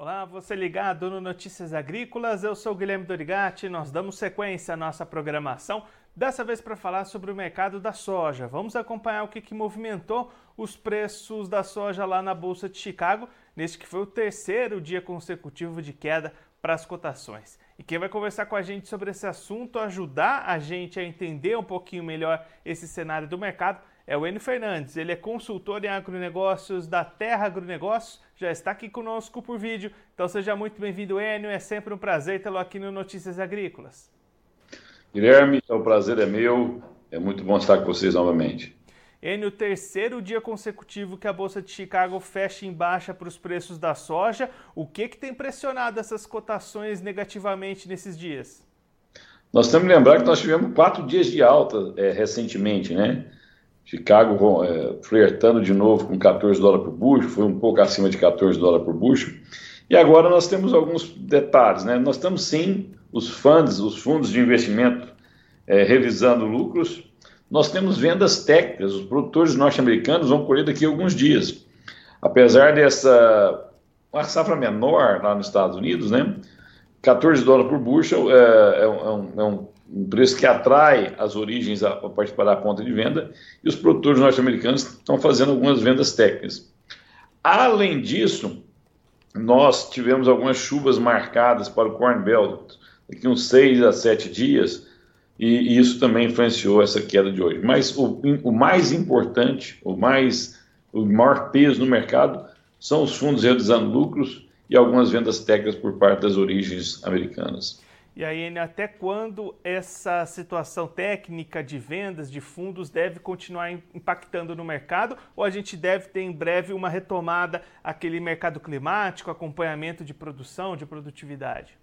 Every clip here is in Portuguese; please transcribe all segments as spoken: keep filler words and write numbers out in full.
Olá, você ligado no Notícias Agrícolas, eu sou o Guilherme Dorigatti, nós damos sequência à nossa programação, dessa vez para falar sobre o mercado da soja. Vamos acompanhar o que, que movimentou os preços da soja lá na Bolsa de Chicago, neste que foi o terceiro dia consecutivo de queda para as cotações. E quem vai conversar com a gente sobre esse assunto, ajudar a gente a entender um pouquinho melhor esse cenário do mercado, é o Enio Fernandes. Ele é consultor em agronegócios da Terra Agronegócios, já está aqui conosco por vídeo. Então seja muito bem-vindo, Enio. É sempre um prazer tê-lo aqui no Notícias Agrícolas. Guilherme, o prazer é meu. É muito bom estar com vocês novamente. Enio, terceiro dia consecutivo que a Bolsa de Chicago fecha em baixa para os preços da soja. O que, que tem pressionado essas cotações negativamente nesses dias? Nós temos que lembrar que nós tivemos quatro dias de alta é, recentemente, né? Chicago é, flertando de novo com quatorze dólares por bushel, foi um pouco acima de quatorze dólares por bushel. E agora nós temos alguns detalhes, né? Nós temos sim os fundos, os fundos de investimento é, revisando lucros. Nós temos vendas técnicas, os produtores norte-americanos vão colher daqui a alguns dias. Apesar dessa uma safra menor lá nos Estados Unidos, né? quatorze dólares por bushel é, é, um, é um um preço que atrai as origens a, a participar da ponta de venda, e os produtores norte-americanos estão fazendo algumas vendas técnicas. Além disso, nós tivemos algumas chuvas marcadas para o Corn Belt, daqui uns seis a sete dias, e, e isso também influenciou essa queda de hoje. Mas o, o mais importante, o, mais, o maior peso no mercado são os fundos realizando lucros e algumas vendas técnicas por parte das origens americanas. E aí, Enio, até quando essa situação técnica de vendas de fundos deve continuar impactando no mercado, ou a gente deve ter em breve uma retomada àquele mercado climático, acompanhamento de produção, de produtividade?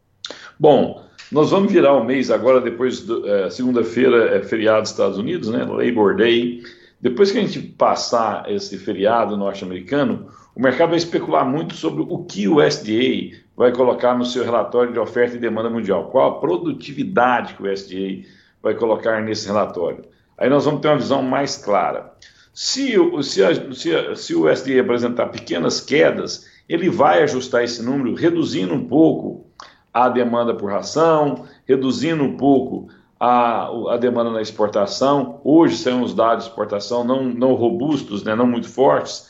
Bom, nós vamos virar o mês agora, depois, do, é, segunda-feira é feriado dos Estados Unidos, né, Labor Day. Depois que a gente passar esse feriado norte-americano, o mercado vai especular muito sobre o que o U S D A vai colocar no seu relatório de oferta e demanda mundial. Qual a produtividade que o U S D A vai colocar nesse relatório? Aí nós vamos ter uma visão mais clara. Se, se, a, se, a, se o U S D A apresentar pequenas quedas, ele vai ajustar esse número, reduzindo um pouco a demanda por ração, reduzindo um pouco a, a demanda na exportação. Hoje são os dados de exportação não, não robustos, né, não muito fortes,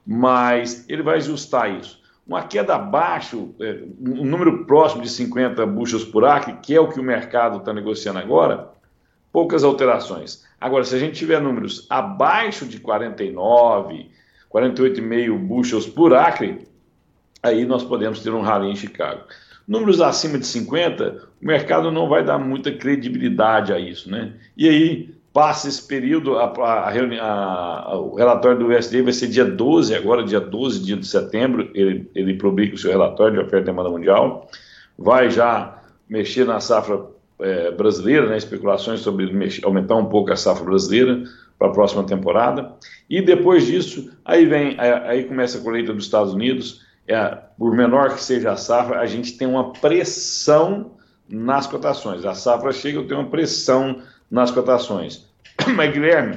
mas ele vai ajustar isso. Uma queda abaixo, é, um número próximo de cinquenta bushels por acre, que é o que o mercado está negociando agora, poucas alterações. Agora, se a gente tiver números abaixo de quarenta e nove, quarenta e oito vírgula cinco bushels por acre, aí nós podemos ter um rally em Chicago. Números acima de cinquenta, o mercado não vai dar muita credibilidade a isso, né? E aí passa esse período, a, a, a, a, o relatório do U S D A vai ser dia doze, agora dia doze de setembro, ele, ele publica o seu relatório de oferta e demanda mundial, vai já mexer na safra é, brasileira, né, especulações sobre mexer, aumentar um pouco a safra brasileira para a próxima temporada, e depois disso, aí vem, aí começa a colheita dos Estados Unidos, é, por menor que seja a safra, a gente tem uma pressão nas cotações, a safra chega, eu tenho uma pressão nas cotações. Mas, Guilherme,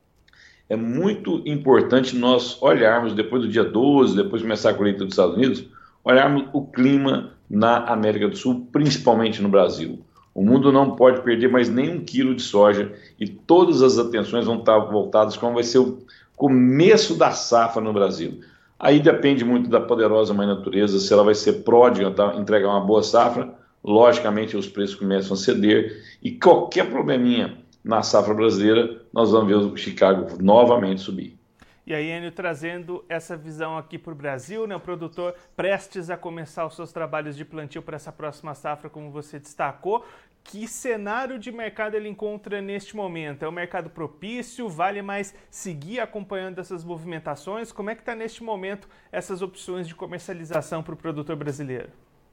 é muito importante nós olharmos, depois do dia doze, depois de começar a colheita dos Estados Unidos, olharmos o clima na América do Sul, principalmente no Brasil. O mundo não pode perder mais nem um quilo de soja e todas as atenções vão estar voltadas como vai ser o começo da safra no Brasil. Aí depende muito da poderosa mãe natureza, se ela vai ser pródiga, tá? Entregar uma boa safra, logicamente os preços começam a ceder e qualquer probleminha na safra brasileira, nós vamos ver o Chicago novamente subir. E aí, Enio, trazendo essa visão aqui para o Brasil, né, o produtor prestes a começar os seus trabalhos de plantio para essa próxima safra, como você destacou, que cenário de mercado ele encontra neste momento? É um mercado propício? Vale mais seguir acompanhando essas movimentações? Como é que está neste momento essas opções de comercialização para o produtor brasileiro?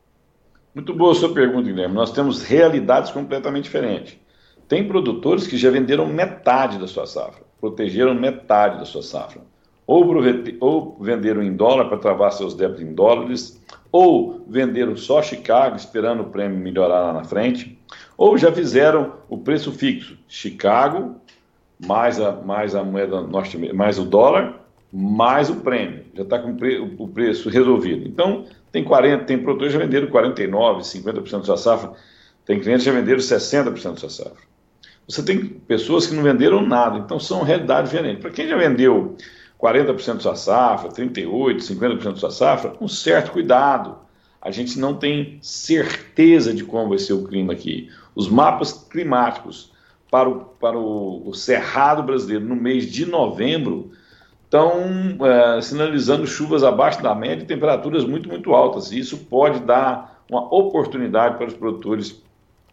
Muito boa a sua pergunta, Guilherme. Nós temos realidades completamente diferentes. Tem produtores que já venderam metade da sua safra, protegeram metade da sua safra. Ou, ou venderam em dólar para travar seus débitos em dólares, ou venderam só Chicago, esperando o prêmio melhorar lá na frente, ou já fizeram o preço fixo, Chicago, mais a, mais a moeda norte, mais o dólar, mais o prêmio. Já está com o preço resolvido. Então, Tem quarenta, tem produtores que já venderam quarenta e nove, cinquenta por cento da sua safra, tem clientes que já venderam sessenta por cento da sua safra. Você tem pessoas que não venderam nada, então são realidades diferentes. Para quem já vendeu quarenta por cento da sua safra, trinta e oito por cento, cinquenta por cento da sua safra, um certo cuidado. A gente não tem certeza de como vai ser o clima aqui. Os mapas climáticos para o, para o, o Cerrado brasileiro no mês de novembro estão é, sinalizando chuvas abaixo da média e temperaturas muito, muito altas. E isso pode dar uma oportunidade para os produtores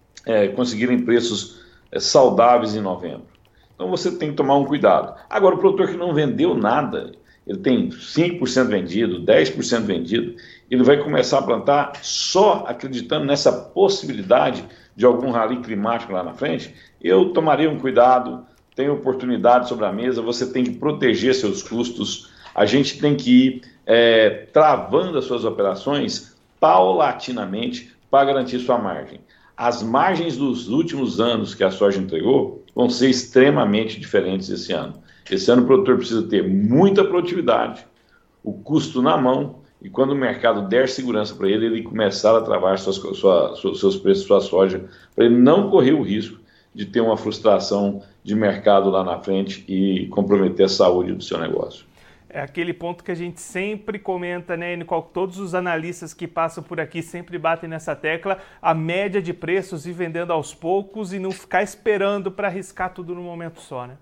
é, conseguirem preços é, saudáveis em novembro. Então você tem que tomar um cuidado. Agora, o produtor que não vendeu nada, ele tem cinco por cento vendido, dez por cento vendido, ele vai começar a plantar só acreditando nessa possibilidade de algum rally climático lá na frente. Eu tomaria um cuidado, tem oportunidade sobre a mesa, você tem que proteger seus custos, a gente tem que ir é, travando as suas operações paulatinamente para garantir sua margem. As margens dos últimos anos que a soja entregou vão ser extremamente diferentes esse ano. Esse ano o produtor precisa ter muita produtividade, o custo na mão, e quando o mercado der segurança para ele, ele começar a travar suas, sua, seus preços, sua soja, para ele não correr o risco de ter uma frustração de mercado lá na frente e comprometer a saúde do seu negócio. É aquele ponto que a gente sempre comenta, né, Nicole? Todos os analistas que passam por aqui sempre batem nessa tecla, a média de preços e vendendo aos poucos e não ficar esperando para arriscar tudo num momento só, né?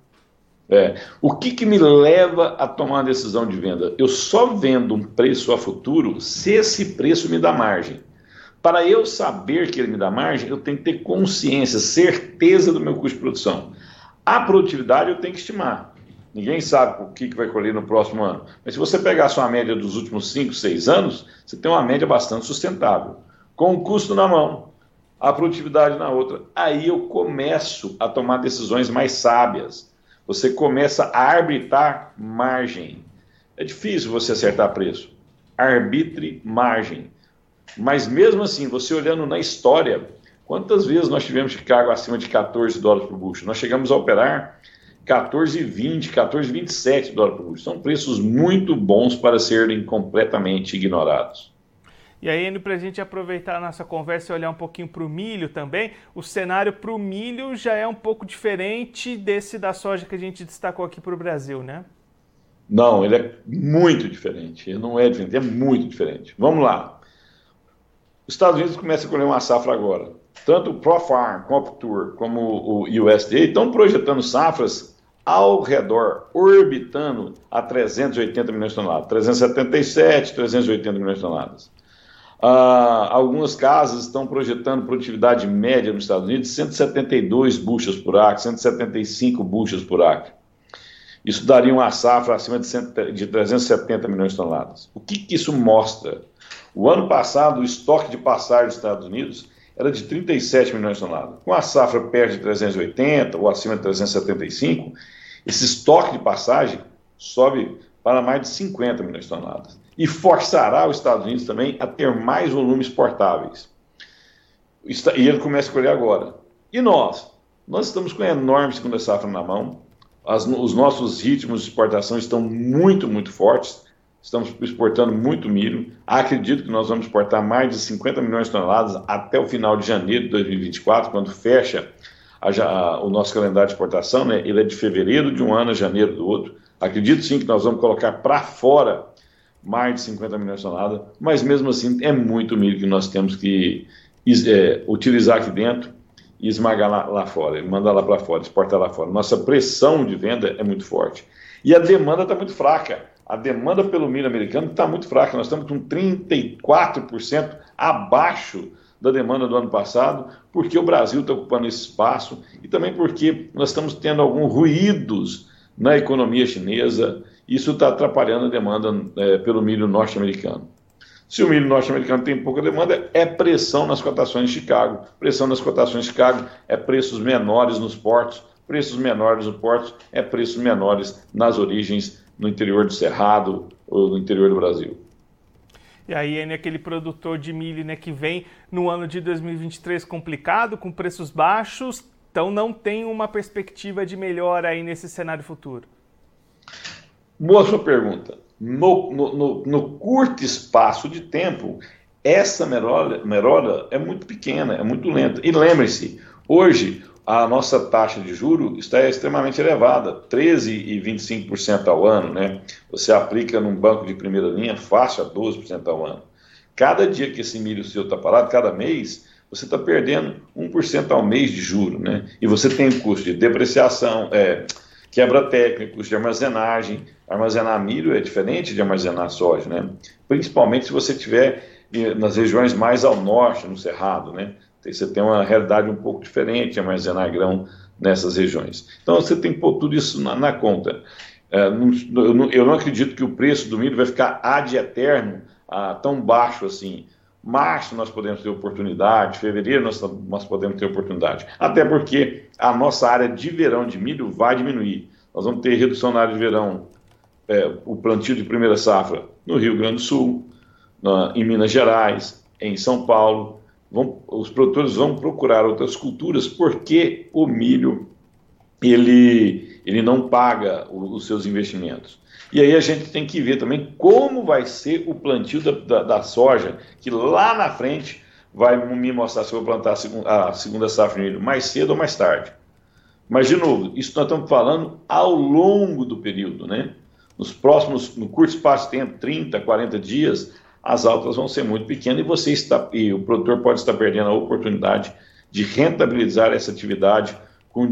É. O que, que me leva a tomar uma decisão de venda? Eu só vendo um preço a futuro se esse preço me dá margem. Para eu saber que ele me dá margem, eu tenho que ter consciência, certeza do meu custo de produção. A produtividade eu tenho que estimar. Ninguém sabe o que, que vai colher no próximo ano. Mas se você pegar a sua média dos últimos cinco, seis anos, você tem uma média bastante sustentável. Com o custo na mão, a produtividade na outra. Aí eu começo a tomar decisões mais sábias. Você começa a arbitrar margem. É difícil você acertar preço. Arbitre margem. Mas mesmo assim, você olhando na história, quantas vezes nós tivemos Chicago acima de quatorze dólares por bushel? Nós chegamos a operar quatorze e vinte, quatorze e vinte e sete dólares por bushel. São preços muito bons para serem completamente ignorados. E aí, para a gente aproveitar a nossa conversa e olhar um pouquinho para o milho também, o cenário para o milho já é um pouco diferente desse da soja que a gente destacou aqui para o Brasil, né? Não, ele é muito diferente. Ele não é diferente, é muito diferente. Vamos lá. Os Estados Unidos começam a colher uma safra agora. Tanto o ProFarm, Comptour, como o U S D A estão projetando safras ao redor, orbitando a trezentos e oitenta milhões de toneladas. trezentos e setenta e sete, trezentos e oitenta milhões de toneladas. Ah, algumas casas estão projetando produtividade média nos Estados Unidos de cento e setenta e dois bushels por acre, cento e setenta e cinco bushels por acre. Isso daria uma safra acima de, cem, de trezentos e setenta milhões de toneladas. O que, que isso mostra? O ano passado, o estoque de passagem dos Estados Unidos era de trinta e sete milhões de toneladas. Com a safra perto de trezentos e oitenta ou acima de trezentos e setenta e cinco, esse estoque de passagem sobe para mais de cinquenta milhões de toneladas. E forçará os Estados Unidos também a ter mais volumes exportáveis. E ele começa a colher agora. E nós? Nós estamos com a enorme segunda safra na mão. As, os nossos ritmos de exportação estão muito, muito fortes. Estamos exportando muito milho. Acredito que nós vamos exportar mais de cinquenta milhões de toneladas até o final de janeiro de dois mil e vinte e quatro, quando fecha a, a, o nosso calendário de exportação, né? Ele é de fevereiro de um ano a janeiro do outro. Acredito sim que nós vamos colocar para fora mais de cinquenta milhões de toneladas, mas mesmo assim é muito milho que nós temos que é, utilizar aqui dentro e esmagar lá, lá fora, mandar lá para fora, exportar lá fora. Nossa pressão de venda é muito forte. E a demanda está muito fraca. A demanda pelo milho americano está muito fraca. Nós estamos com trinta e quatro por cento abaixo da demanda do ano passado, porque o Brasil está ocupando esse espaço e também porque nós estamos tendo alguns ruídos na economia chinesa. Isso está atrapalhando a demanda é, pelo milho norte-americano. Se o milho norte-americano tem pouca demanda, é pressão nas cotações de Chicago. Pressão nas cotações de Chicago é preços menores nos portos. Preços menores nos portos é preços menores nas origens no interior do Cerrado ou no interior do Brasil. E aí, né, aquele produtor de milho, né, que vem no ano de dois mil e vinte e três complicado, com preços baixos, então não tem uma perspectiva de melhora aí nesse cenário futuro. Boa sua pergunta. no, no, no, no curto espaço de tempo, essa melhora, melhora é muito pequena, é muito lenta. E lembre-se, hoje a nossa taxa de juros está extremamente elevada, treze vírgula vinte e cinco por cento ao ano, né? Você aplica num banco de primeira linha fácil a doze por cento ao ano. Cada dia que esse milho seu está parado, cada mês, você está perdendo um por cento ao mês de juro, né? E você tem o custo de depreciação, é, quebra técnica, custo de armazenagem. Armazenar milho é diferente de armazenar soja, né? Principalmente se você tiver nas regiões mais ao norte, no Cerrado, né? Você tem uma realidade um pouco diferente de armazenar grão nessas regiões. Então você tem que pôr tudo isso na, na conta. É, não, eu, não, eu não acredito que o preço do milho vai ficar ad eterno ah, tão baixo assim. Março nós podemos ter oportunidade, fevereiro nós, nós podemos ter oportunidade. Até porque a nossa área de verão de milho vai diminuir. Nós vamos ter redução na área de verão, é, o plantio de primeira safra no Rio Grande do Sul, na, em Minas Gerais, em São Paulo. Vão, os produtores vão procurar outras culturas porque o milho ele, ele não paga o, os seus investimentos. E aí a gente tem que ver também como vai ser o plantio da, da, da soja, que lá na frente vai me mostrar se eu vou plantar a segunda, a segunda safra de milho mais cedo ou mais tarde. Mas, de novo, isso nós estamos falando ao longo do período, né? Nos próximos, no curto espaço de tempo, trinta, quarenta dias, as altas vão ser muito pequenas e, você está, e o produtor pode estar perdendo a oportunidade de rentabilizar essa atividade com,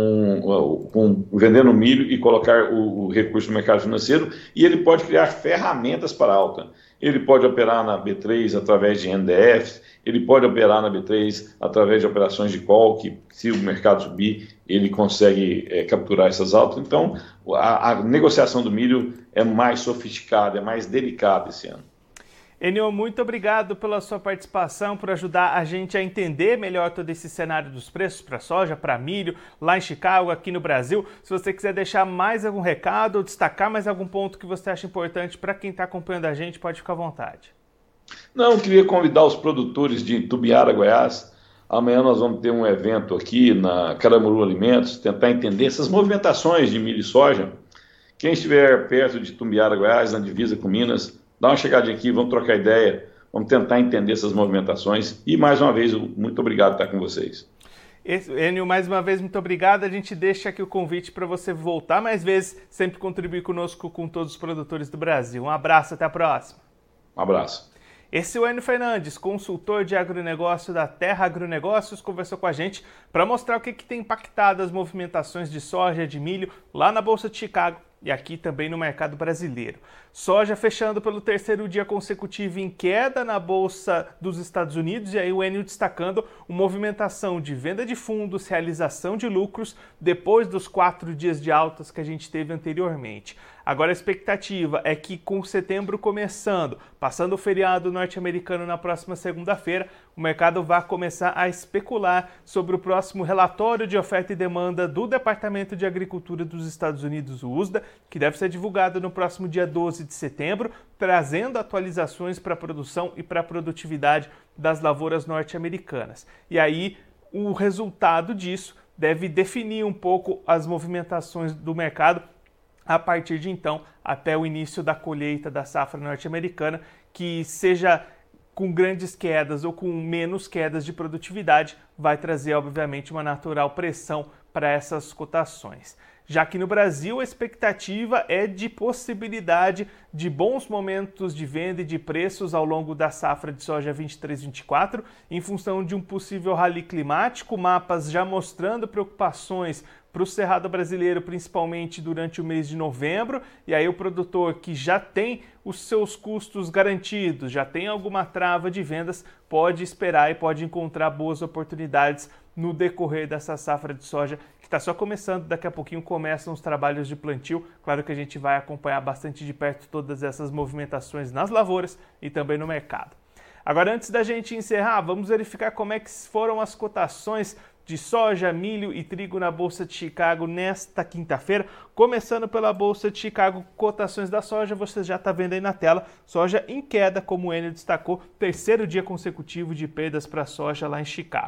com, com vendendo milho e colocar o, o recurso no mercado financeiro, e ele pode criar ferramentas para a alta. Ele pode operar na B três através de N D Fs, ele pode operar na B três através de operações de call, que se o mercado subir, ele consegue é, capturar essas altas. Então, a, a negociação do milho é mais sofisticada, é mais delicada esse ano. Enio, muito obrigado pela sua participação, por ajudar a gente a entender melhor todo esse cenário dos preços para soja, para milho, lá em Chicago, aqui no Brasil. Se você quiser deixar mais algum recado ou destacar mais algum ponto que você acha importante para quem está acompanhando a gente, pode ficar à vontade. Não, eu queria convidar os produtores de Tubiara, Goiás. Amanhã nós vamos ter um evento aqui na Caramuru Alimentos, tentar entender essas movimentações de milho e soja. Quem estiver perto de Tubiara, Goiás, na divisa com Minas, dá uma chegadinha aqui, vamos trocar ideia, vamos tentar entender essas movimentações. E, mais uma vez, muito obrigado por estar com vocês. Enio, mais uma vez, muito obrigado. A gente deixa aqui o convite para você voltar mais vezes, sempre contribuir conosco com todos os produtores do Brasil. Um abraço, até a próxima. Um abraço. Esse é o Enio Fernandes, consultor de agronegócio da Terra Agronegócios, conversou com a gente para mostrar o que, que tem impactado as movimentações de soja e de milho lá na Bolsa de Chicago e aqui também no mercado brasileiro. Soja fechando pelo terceiro dia consecutivo em queda na Bolsa dos Estados Unidos, e aí o Enio destacando uma movimentação de venda de fundos, realização de lucros, depois dos quatro dias de altas que a gente teve anteriormente. Agora a expectativa é que com setembro começando, passando o feriado norte-americano na próxima segunda-feira, o mercado vai começar a especular sobre o próximo relatório de oferta e demanda do Departamento de Agricultura dos Estados Unidos, o U S D A, que deve ser divulgado no próximo dia doze de setembro, trazendo atualizações para a produção e para a produtividade das lavouras norte-americanas. E aí, o resultado disso deve definir um pouco as movimentações do mercado a partir de então, até o início da colheita da safra norte-americana, que seja com grandes quedas ou com menos quedas de produtividade, vai trazer, obviamente, uma natural pressão para essas cotações. Já que no Brasil a expectativa é de possibilidade de bons momentos de venda e de preços ao longo da safra de soja vinte e três vinte e quatro, em função de um possível rally climático, mapas já mostrando preocupações para o Cerrado brasileiro, principalmente durante o mês de novembro, e aí o produtor que já tem os seus custos garantidos, já tem alguma trava de vendas, pode esperar e pode encontrar boas oportunidades no decorrer dessa safra de soja, que está só começando, daqui a pouquinho começam os trabalhos de plantio. Claro que a gente vai acompanhar bastante de perto todas essas movimentações nas lavouras e também no mercado. Agora, antes da gente encerrar, vamos verificar como é que foram as cotações de soja, milho e trigo na Bolsa de Chicago nesta quinta-feira. Começando pela Bolsa de Chicago, cotações da soja, você já está vendo aí na tela, soja em queda, como o Enio destacou, terceiro dia consecutivo de perdas para a soja lá em Chicago.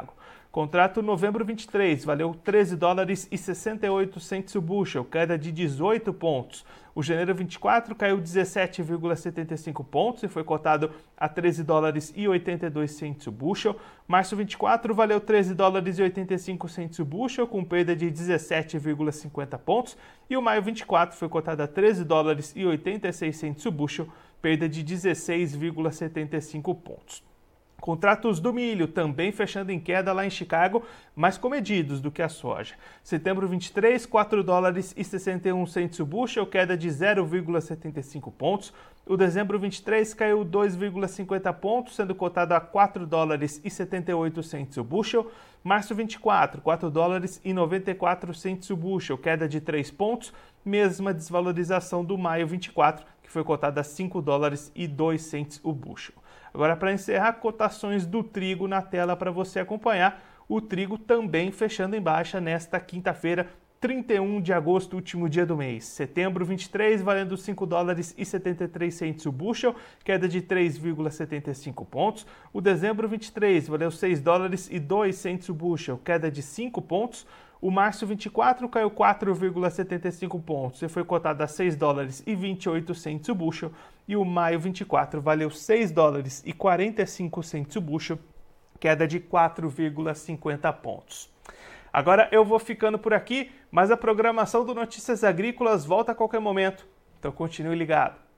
Contrato novembro vinte e três valeu treze dólares e sessenta e oito centavos o bushel, queda de dezoito pontos. O janeiro vinte e quatro caiu dezessete vírgula setenta e cinco pontos e foi cotado a treze dólares e oitenta e dois centavos o bushel. Março vinte e quatro valeu treze dólares e oitenta e cinco centavos o bushel, com perda de dezessete vírgula cinquenta pontos. E o maio vinte e quatro foi cotado a treze dólares e oitenta e seis centavos o bushel, perda de dezesseis vírgula setenta e cinco pontos. Contratos do milho também fechando em queda lá em Chicago, mais comedidos do que a soja. Setembro vinte e três, quatro dólares e sessenta e um centavos o bushel, queda de zero vírgula setenta e cinco pontos. O dezembro vinte e três caiu dois vírgula cinquenta pontos, sendo cotado a quatro dólares e setenta e oito centavos o bushel. Março vinte e quatro, quatro dólares e noventa e quatro centavos o bushel, queda de três pontos, mesma desvalorização do maio vinte e quatro, que foi cotado a cinco dólares e dois centavos o bushel. Agora, para encerrar, cotações do trigo na tela para você acompanhar. O trigo também fechando em baixa nesta quinta-feira, trinta e um de agosto, último dia do mês. Setembro vinte e três, valendo cinco dólares e setenta e três centavos o bushel, queda de três vírgula setenta e cinco pontos. O dezembro vinte e três, valeu seis dólares e dois centavos o bushel, queda de cinco pontos. O março vinte e quatro caiu quatro vírgula setenta e cinco pontos e foi cotado a seis dólares e vinte e oito centavos o bushel. E o maio vinte e quatro valeu seis dólares e quarenta e cinco centavos o bushel, queda de quatro vírgula cinquenta pontos. Agora eu vou ficando por aqui, mas a programação do Notícias Agrícolas volta a qualquer momento, então continue ligado.